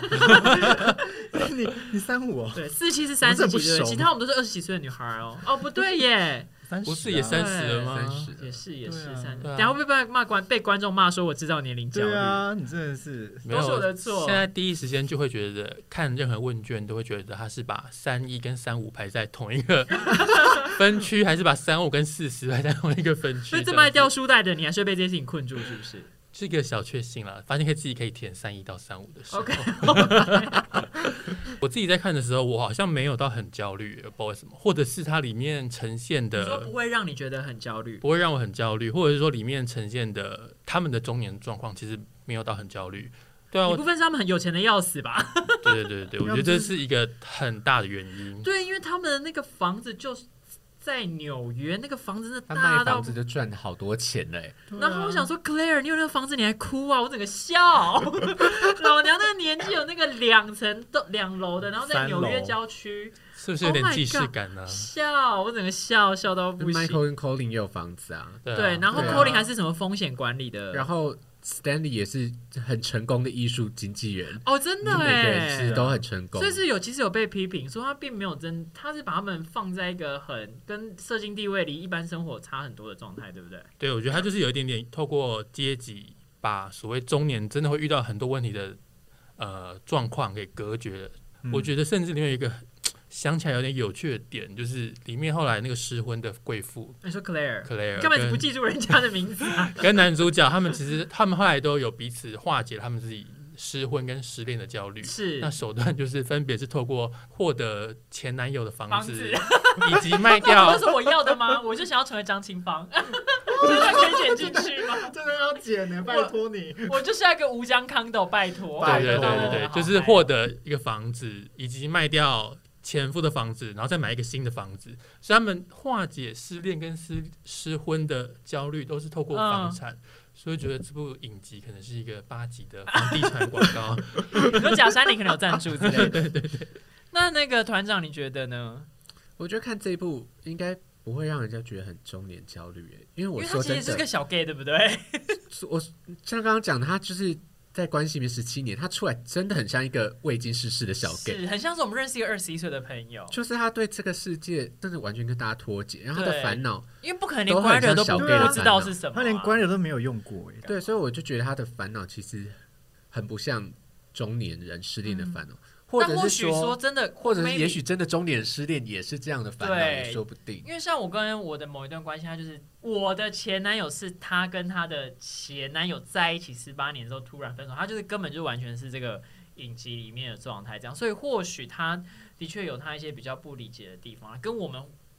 你你三五哦， 对，四七是三十几岁，其他我们都是二十几岁的女孩哦。哦，不对耶。 不是也三十了吗？ 也是也是三十， 等下会不会被骂观被观众骂说我制造年龄焦虑？ 对啊，你真的是都是我的错。 现在第一时间就会觉得看任何问卷都会觉得他是把三一跟三五排在同一个分区，还是把三五跟四十排在同一个分区？ 所以这么爱掉书袋的你，还是会被这些事情困住，是不是？ 是一个小确幸啦，发现可以自己可以填三一到三五的时候。 OK， 我自己在看的时候，我好像没有到很焦虑，不知道为什么，或者是它里面呈现的， 你说不会让你觉得很焦虑， 不会让我很焦虑，或者是说里面呈现的他们的中年状况，其实没有到很焦虑。对啊， 一部分是他们很有钱的要死吧？ 对对对对，我觉得这是一个很大的原因。 对，因为他们的那个房子就是在纽约，那个房子那大到他卖房子就赚好多钱嘞。 然后我想说 ，Claire， 你有那个房子你还哭啊？我整个笑。老娘那个年纪有那个两层两楼的，然后在纽约郊区， 是不是有点既视感呢、啊 oh？笑，我整个笑笑到不行。 Michael 跟 Colin 也有房子啊， 对啊， 对，然后 Colin 还是什么风险管理的， 然后 Stanley 也是很成功的艺术经纪人哦，真的哎， 每个人其实都很成功， 所以是有其实有被批评说他并没有真，他是把他们放在一个很跟社经地位离一般生活差很多的状态，对不对？ 对，我觉得他就是有一点点透过阶级，把所谓中年真的会遇到很多问题的呃状况给隔绝了。嗯、我觉得甚至里面有一个想起来有点有趣的点，就是里面后来那个失婚的贵妇， 你说 Claire，Claire 根本不记住人家的名字、啊， 跟男主角他们其实他们后来都有彼此化解他们自己失婚跟失恋的焦虑， 是那手段就是分别是透过获得前男友的房子，以及卖掉。 这是我要的吗？我就想要成为张清芳，真的可以剪进去吗？ 真的要剪呢，拜托你。 我, 我就是要一个吴江康斗，拜托。 对对对对对，就是获得一个房子，以及卖掉前夫的房子，然后再买一个新的房子，所以他们化解失恋跟失失婚的焦虑，都是透过房产。嗯，所以觉得这部影集可能是一个八集的房地产广告。 你说假山林可能有赞助之类的。 对对对。 那那个团长，你觉得呢？ 我觉得看这一部应该不会让人家觉得很中年焦虑，因为我说真的， 因为他其实是个小 gay， 对不对？ 我像刚刚讲的，他就是在关系里面十七年，他出来真的很像一个未经世事的小 gay， 是很像是我们认识一个二十一岁的朋友， 就是他对这个世界真的完全跟大家脱节，然后他的烦恼， 因为不可能连官人都 不, 不知道是什么、啊， 他连官人都没有用过， 对，所以我就觉得他的烦恼其实很不像中年人失恋的烦恼。嗯，或者是说, 说真的， 或者是也许真的中年失恋也是这样的烦恼，也说不定。 因为像我跟我的某一段关系，他就是我的前男友是他跟他的前男友在一起十八年之后突然分手，他就是根本就完全是这个影集里面的状态这样，所以或许他的确有他一些比较不理解的地方，跟我们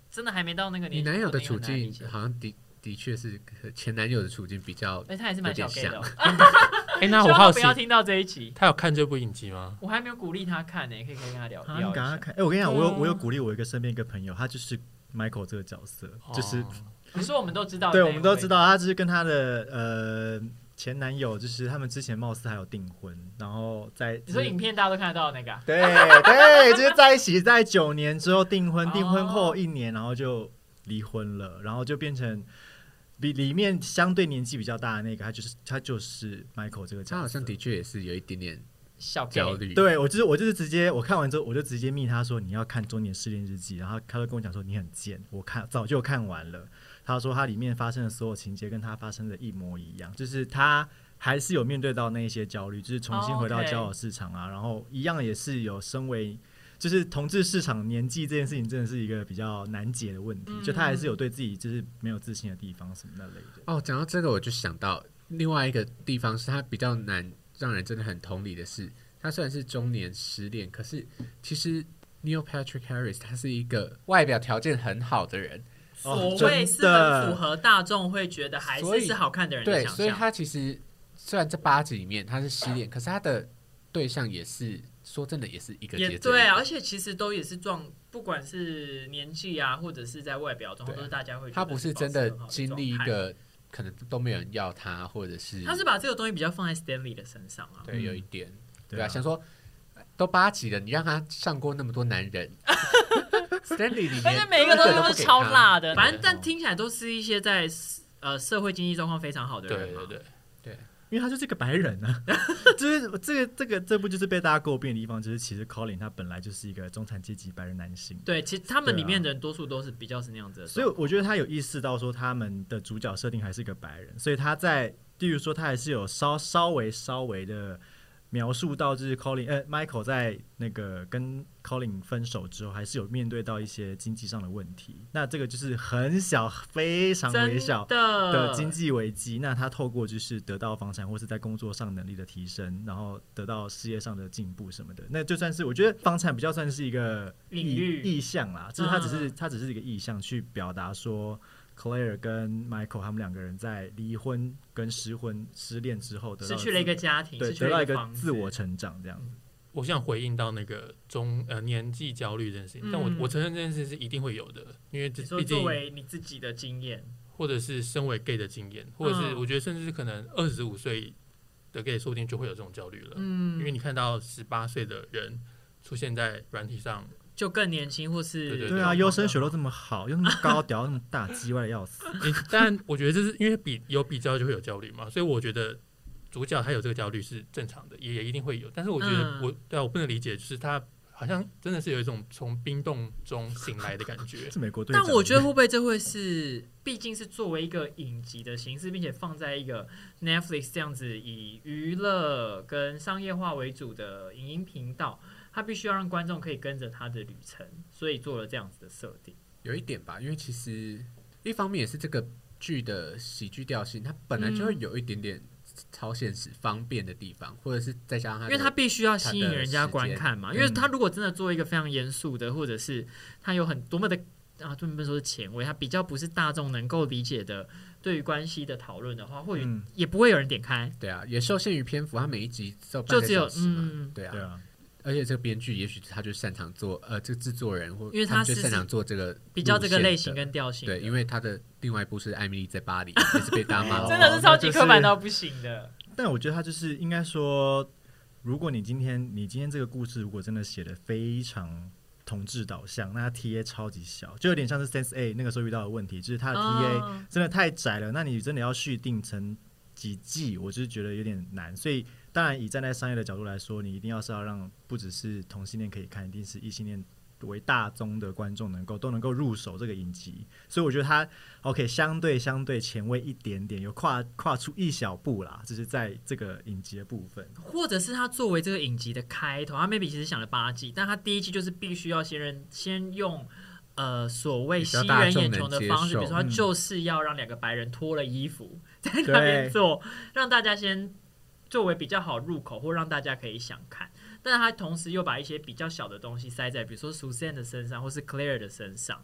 真的还没到那个年纪。 你男友的处境好像的的确是前男友的处境比较， 哎，他还是蛮小 gay 的、哦。 哎，那我好奇， 不要听到这一集。 他有看这部影集吗？ 我还没有鼓励他看呢、欸，可以可以跟他聊。 啊、聊一下。看，哎，我跟你讲，我有我有鼓励我一个身边一个朋友，他就是 Michael 这个角色，哦、就是。 你说我们都知道， 对，我们都知道，他就是跟他的呃前男友，就是他们之前貌似还有订婚，然后在你说影片大家都看得到的那个、啊， 对对，就是在一起在九年之后订婚，订婚后一年，然后就离婚了，然后就变成比里面相对年纪比较大的那个，他就是他就是 Michael 这个角色， 他好像的确也是有一点点小焦虑。 对我就是我就是直接我看完之后，我就直接密他说你要看《中年失恋日记》，然后他就跟我讲说你很贱，我看早就看完了。他说他里面发生的所有情节跟他发生的一模一样，就是他还是有面对到那些焦虑，就是重新回到交友市场啊， oh, okay. 然后一样也是有身为就是同志市场年纪这件事情真的是一个比较难解的问题，嗯、就他还是有对自己就是没有自信的地方什么那类的。 哦，讲到这个我就想到另外一个地方是他比较难让人真的很同理的是，他虽然是中年失恋，可是其实 Neil Patrick Harris 他是一个外表条件很好的人。 所谓是很符合大众会觉得还是是好看的人的想象。 对，所以他其实虽然这八集里面他是失恋，可是他的对象也是说真的也是一个接着一个。 对啊，而且其实都也是壮，不管是年纪啊，或者是在外表中，都是大家会觉得他不是真的经历一个可能都没有人要他，或者是他是把这个东西比较放在 Stanley 的身上啊。 对，有一点，对啊，想说都八集了，你让他上过那么多男人。Stanley 里面， 而且每一个都是超辣的，反正但听起来都是一些在呃社会经济状况非常好的人嘛。 对对对对， 因为他就是个白人啊，就是这个这个这部就是被大家诟病的地方，就是其实 Colin 他本来就是一个中产阶级白人男性。 对，其实他们里面的人多数都是比较是那样子的， 所以我觉得他有意识到说他们的主角设定还是一个白人，所以他在例如说他还是有稍稍微稍微的。描述到就是 Colin 呃 Michael 在那个跟 Colin 分手之后，还是有面对到一些经济上的问题。那这个就是很小非常微小的经济危机。那他透过就是得到房产或是在工作上能力的提升，然后得到事业上的进步什么的。那就算是我觉得房产比较算是一个意意象啦，就是他只是、嗯、他只是一个意象去表达说。Claire 跟 Michael 他们两个人在离婚跟失婚失恋之后得到失去了一个家庭， 对，得到一个自我成长这样。 我想回应到那个中呃年纪焦虑这件事情，嗯、但我我承认这件事是一定会有的，因为毕竟作为你自己的经验， 或者是身为 gay 的经验，或者是我觉得甚至是可能二十五岁的 gay 说不定就会有这种焦虑了，嗯，因为你看到十八岁的人出现在软体上。 就更年轻，或是对, 对, 对啊，优生学都这么好，又那么高，屌那么大，鸡歪的要死。 但我觉得这是因为比有比较就会有焦虑嘛，所以我觉得主角他有这个焦虑是正常的，也也一定会有。但是我觉得我、嗯、对啊，我不能理解，就是他好像真的是有一种从冰冻中醒来的感觉。 是美国队长。 但我觉得会不会这会是，毕竟是作为一个影集的形式，并且放在一个 Netflix 这样子以娱乐跟商业化为主的影音频道。他必须要让观众可以跟着他的旅程，所以做了这样子的设定。 有一点吧，因为其实一方面也是这个剧的喜剧调性，它本来就会有一点点超现实、方便的地方，或者是再加上它， 因为他必须要吸引人家观看嘛。因为他如果真的做一个非常严肃的，或者是他有很多么的啊，不能说是前卫，他比较不是大众能够理解的对于关系的讨论的话，或许也不会有人点开。 对啊，也受限于篇幅，他每一集就只有嗯，对啊。对啊，而且这个编剧也许他就擅长做呃，这个制作人或因为他就擅长做这个比较这个类型跟调性。 对，因为他的另外一部是《艾米丽在巴黎》，也是被大家骂， 真的是超级刻板到不行的。 就是、但我觉得他就是应该说，如果你今天你今天这个故事如果真的写得非常同志导向，那他 T A 超级小，就有点像是 Sense A 那个时候遇到的问题，就是他的 T A 真的太窄了。哦、那你真的要续订成几季，我就是觉得有点难，所以。当然，以站在商业的角度来说，你一定要是要让不只是同性恋可以看，一定是异性恋为大宗的观众能够都能够入手这个影集。所以我觉得他 OK 相对相对前卫一点点，有跨跨出一小步啦，就是在这个影集的部分。 或者是他作为这个影集的开头，他 maybe 其实想了八季，但他第一季就是必须要先人先用呃所谓吸人眼球的方式，比如说他就是要让两个白人脱了衣服、嗯、在那边做，让大家先。作为比较好入口或让大家可以想看，但是他同时又把一些比较小的东西塞在比如说 Suzanne 的身上或是 Claire 的身上，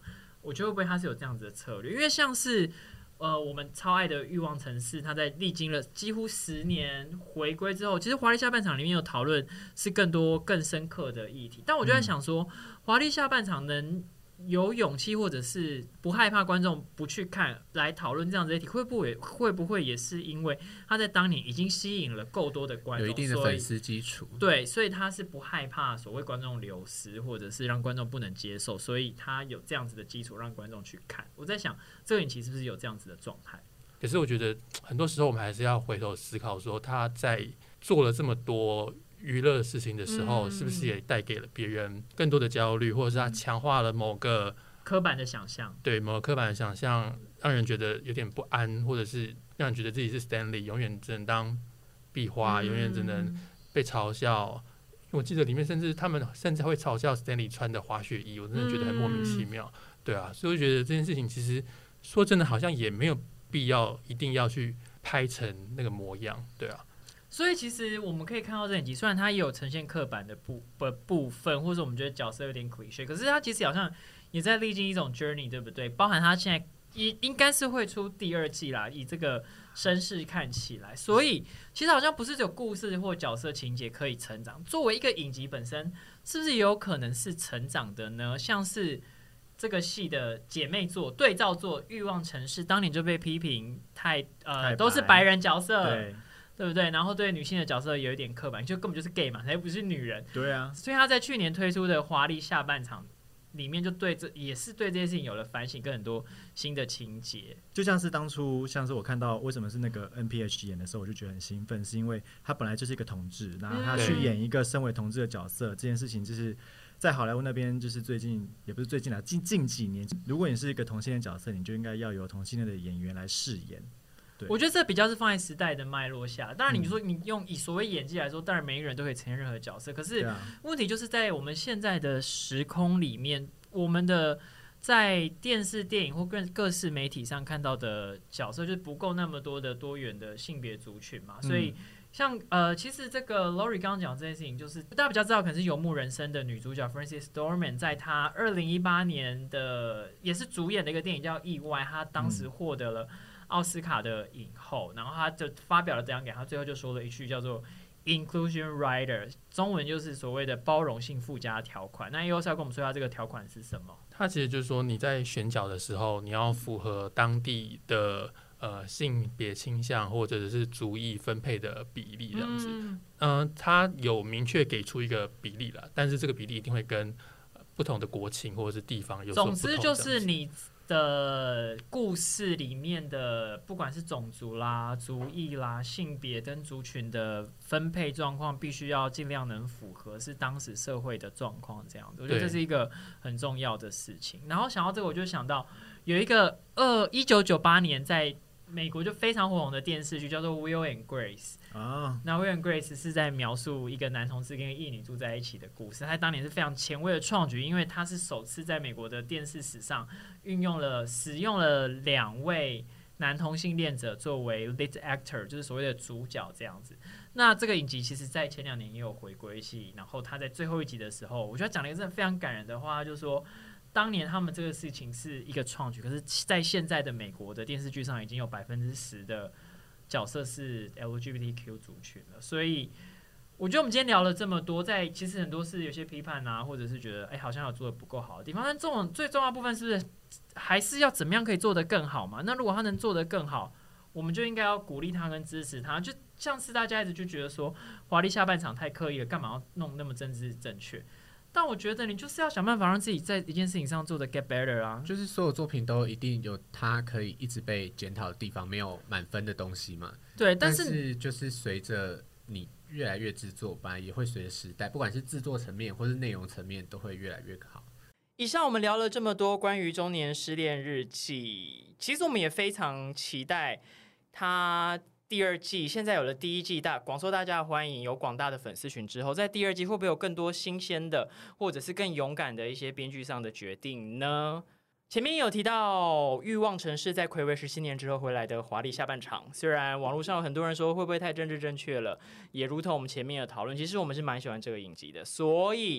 我觉得会不会他是有这样子的策略？因为像是呃我们超爱的欲望城市，它在历经了几乎十年回归之后，其实华丽下半场里面有讨论是更多更深刻的议题，但我就在想说，华丽下半场能有勇气或者是不害怕观众不去看来讨论这样子的议题，会不会会不会也是因为他在当年已经吸引了够多的观众， 有一定的粉丝基础， 对，所以他是不害怕所谓观众流失，或者是让观众不能接受，所以他有这样子的基础让观众去看。我在想，这个影集是不是有这样子的状态？ 可是我觉得很多时候我们还是要回头思考，说他在做了这么多娱乐的事情的时候， 嗯、 是不是也带给了别人更多的焦虑，或者是他强化了某个刻板的想象？ 对，某个刻板的想象，让人觉得有点不安，或者是让人觉得自己是 Stanley， 永远只能当壁花，嗯、永远只能被嘲笑。我记得里面甚至他们甚至会嘲笑 Stanley 穿的滑雪衣，我真的觉得很莫名其妙。嗯、对啊，所以我觉得这件事情其实说真的，好像也没有必要一定要去拍成那个模样。对啊。 所以其实我们可以看到这一集，虽然它也有呈现刻板的 部, 部分，或者我们觉得角色有点 cliché， 可是它其实好像也在历经一种 journey， 对不对？包含它现在应该是会出第二季啦，以这个声势看起来，所以其实好像不是只有故事或角色情节可以成长，作为一个影集本身，是不是也有可能是成长的呢？像是这个戏的姐妹作、对照作《欲望城市》，当年就被批评太呃都是白人角色。 对对不对？然后对女性的角色有一点刻板，就根本就是 gay 嘛，她又不是女人。 对啊， 所以她在去年推出的华丽下半场里面，就对这也是对这件事情有了反省，跟很多新的情节。 就像是当初，像是我看到为什么是那个 N P H 演的时候，我就觉得很兴奋，是因为他本来就是一个同志，然后他去演一个身为同志的角色，嗯、这件事情就是在好莱坞那边，就是最近也不是最近啦，近近几年，如果你是一个同性恋角色，你就应该要有同性恋的演员来饰演。 我觉得这比较是放在时代的脉络下，当然你说你用以所谓演技来说，当然每一个人都可以呈现任何角色，可是问题就是在我们现在的时空里面，我们的在电视、电影或各各式媒体上看到的角色，就是不够那么多的多元的性别族群嘛，所以像呃，其实这个 Lori 刚刚讲这件事情，就是大家比较知道，可能是《游牧人生》的女主角 Frances Dorman， 在她二零一八年的也是主演的一个电影叫《意外》，她当时获得了奥斯卡的影后，然后他就发表了这样给他，最后就说了一句叫做 Inclusion Rider， 中文就是所谓的包容性附加条款。那又是要跟我们说一下这个条款是什么？ 它其实就是说你在选角的时候，你要符合当地的呃性别倾向或者是族裔分配的比例这样子。嗯、呃，它有明确给出一一比例啦，但是这个比例一定会跟不同的国情或者是地方有所不同。 总之就是你的故事里面的不管是种族啦、族裔啦、性别跟族群的分配状况，必须要尽量能符合是当时社会的状况这样子。我觉得这是一个很重要的事情。然后想到这个，我就想到有一个呃一九九八年在美国就非常火红的电视剧叫做《Will and Grace》啊，那《Will and Grace》是在描述一个男同志跟一个异女住在一起的故事。他当年是非常前卫的创举，因为他是首次在美国的电视史上运用了使用了两位男同性恋者作为 lead actor， 就是所谓的主角这样子。那这个影集其实在前两年也有回归戏，然后他在最后一集的时候，我觉得讲了一个真的非常感人的话，就是说当年他们这个事情是一个创举，可是在现在的美国的电视剧上已经有百分之十的角色是 L G B T Q 族群了，所以我觉得我们今天聊了这么多，在其实很多是有些批判啊，或者是觉得哎好像有做的不够好的地方，但这种最重要的部分是不是还是要怎么样可以做得更好嘛？那如果他能做得更好，我们就应该要鼓励他跟支持他，就像是大家一直就觉得说华丽下半场太刻意了，干嘛要弄那么政治正确？但我觉得你就是要想办法让自己在一件事情上做的 get better 啊， 就是所有作品都一定有它可以一直被检讨的地方，没有满分的东西嘛。 对，但 是, 但是就是随着你越来越制作，本来也会随着时代，不管是制作层面或是内容层面，都会越来越好。 以上我们聊了这么多关于中年失恋日记，其实我们也非常期待它第二季，现在有了第一季，大广受大家的欢迎，有广大的粉丝群之后，在第二季会不会有更多新鲜的，或者是更勇敢的一些编剧上的决定呢？前面有提到《欲望城市》在睽违十七年之后回来的华丽下半场，虽然网络上有很多人说会不会太政治正确了，也如同我们前面的讨论，其实我们是蛮喜欢这个影集的，所以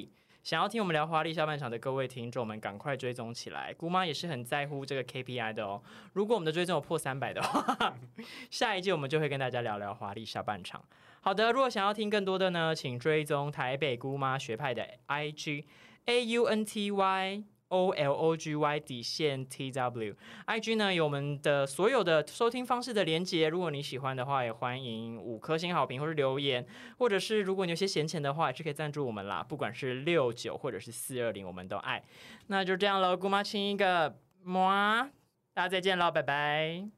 想要听我们聊华丽下半场的各位听众们，赶快追踪起来。姑妈也是很在乎这个 K P I 的哦。如果我们的追踪有破三百的话，下一季我们就会跟大家聊聊华丽下半场。好的，如果想要听更多的呢，请追踪台北姑妈学派的 I G A U N T Y O L O G Y 底线 T W I G 呢有我们的所有的收听方式的连结，如果你喜欢的话，也欢迎五颗星好评或是留言，或者是如果你有些闲钱的话，也是可以赞助我们啦，不管是六九或者是四二零，我们都爱。那就这样咯，姑妈亲一个，么，大家再见咯，拜拜。